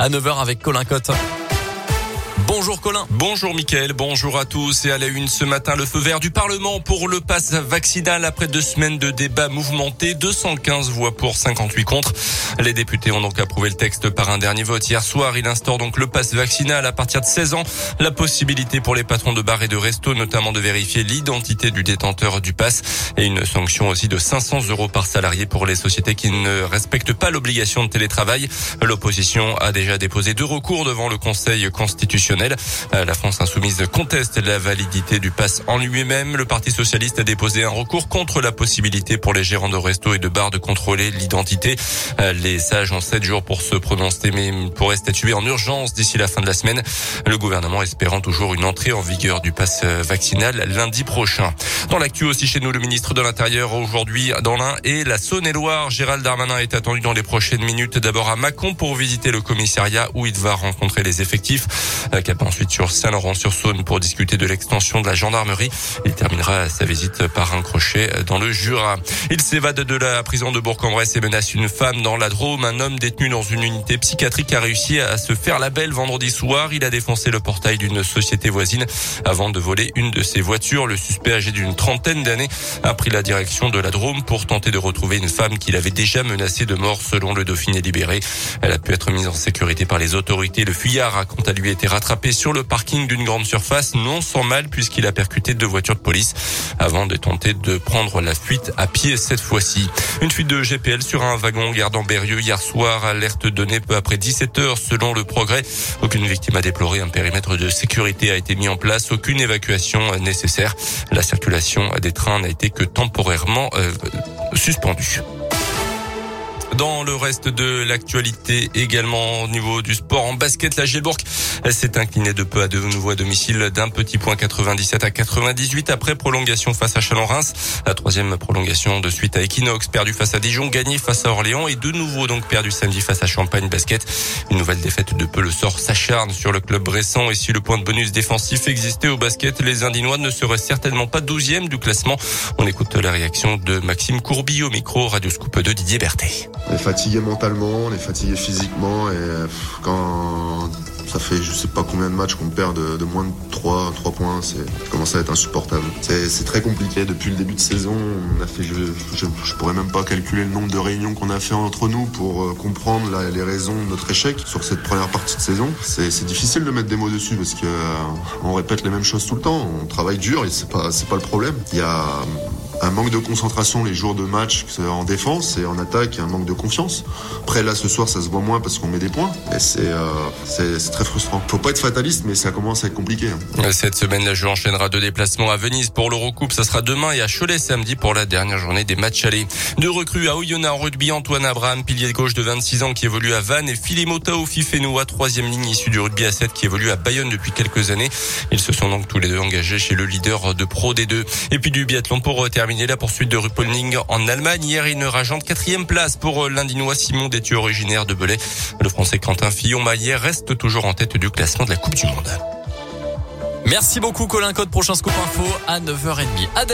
à 9h avec Colin Cotte. Bonjour Colin. Bonjour Mickaël, bonjour à tous. Et à la une ce matin, le feu vert du Parlement pour le pass vaccinal après 2 semaines de débats mouvementés. 215 voix pour, 58 contre. Les députés ont donc approuvé le texte par un dernier vote hier soir. Il instaure donc le pass vaccinal à partir de 16 ans. La possibilité pour les patrons de bars et de restos notamment de vérifier l'identité du détenteur du pass. Et une sanction aussi de 500 € par salarié pour les sociétés qui ne respectent pas l'obligation de télétravail. L'opposition a déjà déposé 2 recours devant le Conseil constitutionnel. La France insoumise conteste la validité du pass en lui-même. Le Parti socialiste a déposé un recours contre la possibilité pour les gérants de restos et de bars de contrôler l'identité. Les sages ont 7 jours pour se prononcer, mais pourraient statuer en urgence d'ici la fin de la semaine. Le gouvernement espérant toujours une entrée en vigueur du pass vaccinal lundi prochain. Dans l'actu aussi chez nous, le ministre de l'Intérieur aujourd'hui dans l'Ain et la Saône-et-Loire. Gérald Darmanin est attendu dans les prochaines minutes d'abord à Mâcon pour visiter le commissariat où il va rencontrer les effectifs. Cap ensuite sur Saint-Laurent-sur-Saône pour discuter de l'extension de la gendarmerie. Il terminera sa visite par un crochet dans le Jura. Il s'évade de la prison de Bourg-en-Bresse et menace une femme dans la Drôme. Un homme détenu dans une unité psychiatrique a réussi à se faire la belle vendredi soir. Il a défoncé le portail d'une société voisine avant de voler une de ses voitures. Le suspect âgé d'une trentaine d'années a pris la direction de la Drôme pour tenter de retrouver une femme qu'il avait déjà menacée de mort selon le Dauphiné libéré. Elle a pu être mise en sécurité par les autorités. Le fuyard a quant à lui été rattrapé sur le parking d'une grande surface, non sans mal puisqu'il a percuté 2 voitures de police avant de tenter de prendre la fuite à pied cette fois-ci. Une fuite de GPL sur un wagon gare d'Ambérieu hier soir, alerte donnée peu après 17h selon le Progrès. Aucune victime a déploré, un périmètre de sécurité a été mis en place, aucune évacuation nécessaire. La circulation des trains n'a été que temporairement suspendue. Dans le reste de l'actualité également au niveau du sport en basket, la Gielbourg s'est inclinée de peu à 2 nouveau à domicile d'un petit point 97-98 après prolongation face à Chalon-Reims. La 3e prolongation de suite à Equinox, perdu face à Dijon, gagné face à Orléans et de nouveau donc perdu samedi face à Champagne Basket. Une nouvelle défaite de peu, le sort s'acharne sur le club bressan et si le point de bonus défensif existait au basket, les Indinois ne seraient certainement pas 12e du classement. On écoute la réaction de Maxime Courby au micro Radio Scoop de Didier Berthet. On est fatigué mentalement, on est fatigué physiquement et quand ça fait je sais pas combien de matchs qu'on perd de moins de 3 points, ça commence à être insupportable. C'est très compliqué. Depuis le début de saison, on a fait, je pourrais même pas calculer le nombre de réunions qu'on a fait entre nous pour comprendre les raisons de notre échec sur cette première partie de saison. C'est difficile de mettre des mots dessus parce que on répète les mêmes choses tout le temps. On travaille dur et c'est pas le problème. Il y a un manque de concentration les jours de match en défense et en attaque, un manque de confiance. Après là ce soir ça se voit moins parce qu'on met des points et c'est très frustrant. Faut pas être fataliste mais ça commence à être compliqué. Cette semaine, la Juve enchaînera 2 déplacements à Venise pour l'Eurocoupe. Ça sera demain et à Cholet samedi pour la dernière journée des matchs allés. 2 recrues à Oyonnax en rugby, Antoine Abraham, pilier gauche de 26 ans qui évolue à Vannes et Philimo Taofifenoa, 3e ligne issu du rugby à 7 qui évolue à Bayonne depuis quelques années. Ils se sont donc tous les 2 engagés chez le leader de Pro D2. Et puis du biathlon pour terminer la poursuite de Ruhpolding en Allemagne. Hier, une rageante 4e place pour l'Indinois Simon Détieux, originaire de Belay. Le Français Quentin Fillon-Maillet reste toujours en tête du classement de la Coupe du Monde. Merci beaucoup Colin Cotte. Prochain scoop info à 9h30.